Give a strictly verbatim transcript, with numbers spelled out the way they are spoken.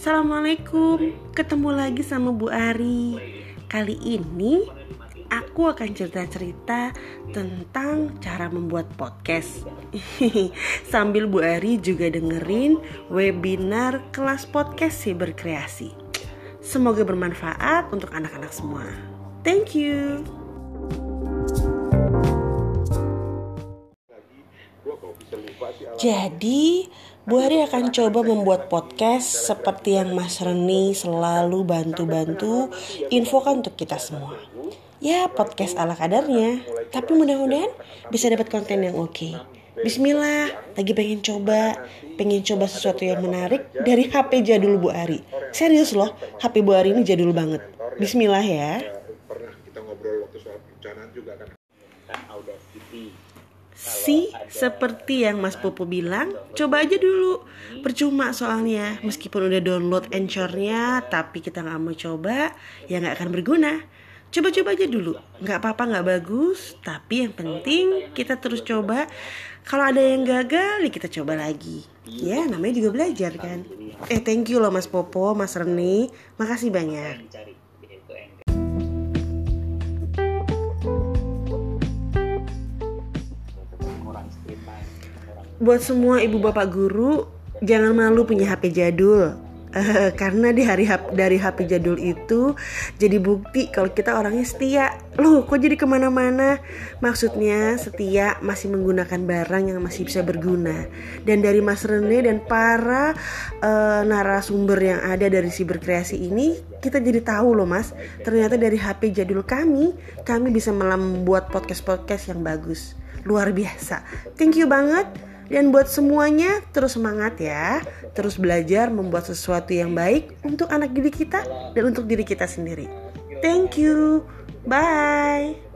Assalamualaikum, ketemu lagi sama Bu Ari. Kali ini aku akan cerita-cerita tentang cara membuat podcast. Sambil Bu Ari juga dengerin webinar kelas podcast Siberkreasi. Semoga bermanfaat untuk anak-anak semua. Thank you. Jadi, Bu Ari akan coba membuat podcast seperti yang Mas Reni selalu bantu-bantu infokan untuk kita semua. Ya, podcast ala kadarnya, tapi mudah-mudahan bisa dapat konten yang oke. Bismillah, lagi pengen coba, pengen coba sesuatu yang menarik dari H P jadul Bu Ari. Serius loh, H P Bu Ari ini jadul banget. Bismillah ya. Pernah kita ngobrol waktu soal perencanaan juga kan. Si, seperti yang Mas Popo bilang, coba aja dulu. Percuma soalnya, meskipun udah download Anchor-nya, tapi kita gak mau coba, ya gak akan berguna. Coba-coba aja dulu, gak apa-apa gak bagus, tapi yang penting kita terus coba. Kalau ada yang gagal, ya kita coba lagi. Ya, namanya juga belajar kan. Eh, thank you loh Mas Popo, Mas Reni, makasih banyak. Buat semua ibu bapak guru, jangan malu punya H P jadul. Uh, karena di hari dari H P jadul itu jadi bukti kalau kita orangnya setia. Loh, kok jadi kemana-mana? Maksudnya setia masih menggunakan barang yang masih bisa berguna. Dan dari Mas Rene dan para uh, narasumber yang ada dari Siberkreasi ini, kita jadi tahu loh Mas, ternyata dari H P jadul kami, kami bisa membuat podcast-podcast yang bagus. Luar biasa. Thank you banget. Dan buat semuanya, terus semangat ya. Terus belajar membuat sesuatu yang baik untuk anak didik kita dan untuk diri kita sendiri. Thank you. Bye.